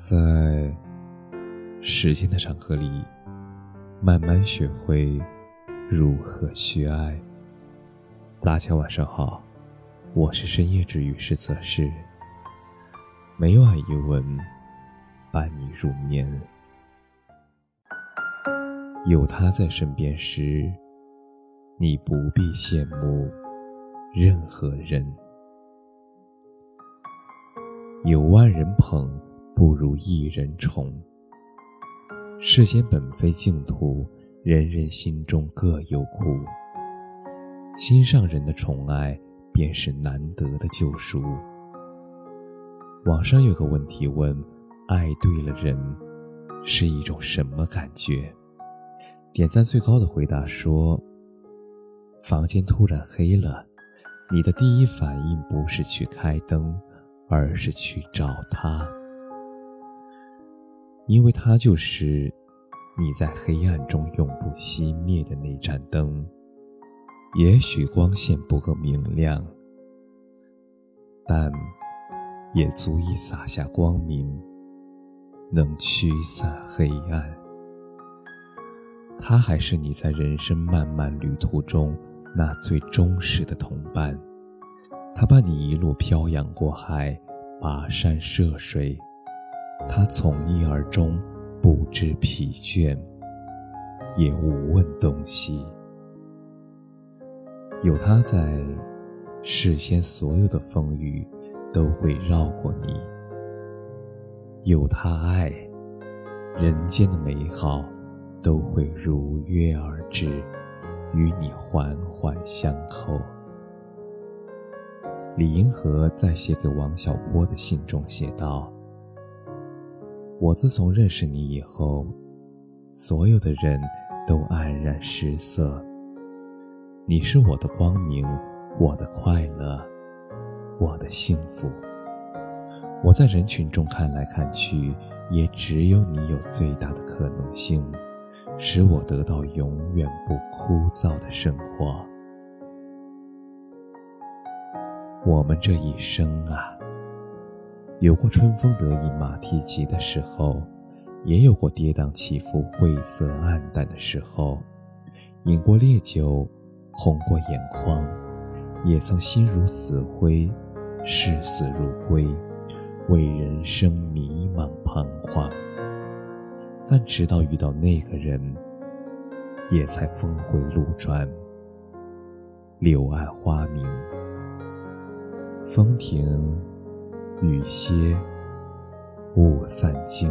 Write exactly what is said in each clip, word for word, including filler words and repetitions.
在时间的长河里，慢慢学会如何去爱。大家晚上好，我是深夜治愈师则是，每晚一文伴你入眠。有他在身边时，你不必羡慕任何人。有万人捧，不如一人宠。世间本非净土，人人心中各有苦。心上人的宠爱，便是难得的救赎。网上有个问题问，爱对了人，是一种什么感觉？点赞最高的回答说，房间突然黑了，你的第一反应不是去开灯，而是去找他。因为他就是你在黑暗中永不熄灭的那盏灯。也许光线不够明亮，但也足以洒下光明，能驱散黑暗。他还是你在人生漫漫旅途中那最忠实的同伴。他伴你一路漂洋过海，跋山涉水，他从一而终，不知疲倦，也无问东西。有他在，世间所有的风雨都会绕过你。有他爱，人间的美好都会如约而至，与你环环相扣。李银河在写给王小波的信中写道，我自从认识你以后，所有的人都黯然失色。你是我的光明，我的快乐，我的幸福。我在人群中看来看去，也只有你有最大的可能性，使我得到永远不枯燥的生活。我们这一生啊，有过春风得意马蹄疾的时候，也有过跌宕起伏晦涩暗淡的时候，饮过烈酒，红过眼眶，也曾心如死灰，视死如归，为人生迷茫彷徨。但直到遇到那个人，也才峰回路转，柳暗花明。风停雨歇，雾散尽。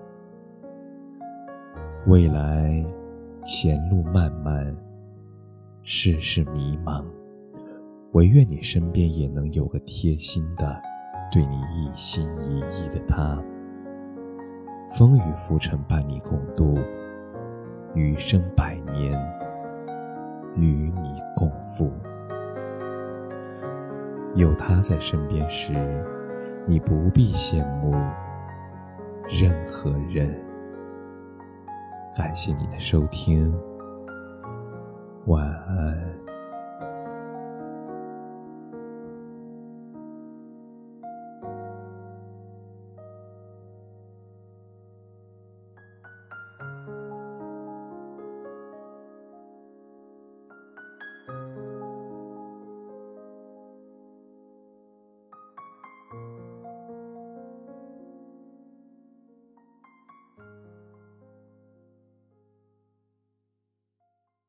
未来前路漫漫，世事迷茫，唯愿你身边也能有个贴心的，对你一心一意的他。风雨浮沉伴你共度，余生百年与你共赴。有他在身边时，你不必羡慕任何人。感谢你的收听，晚安。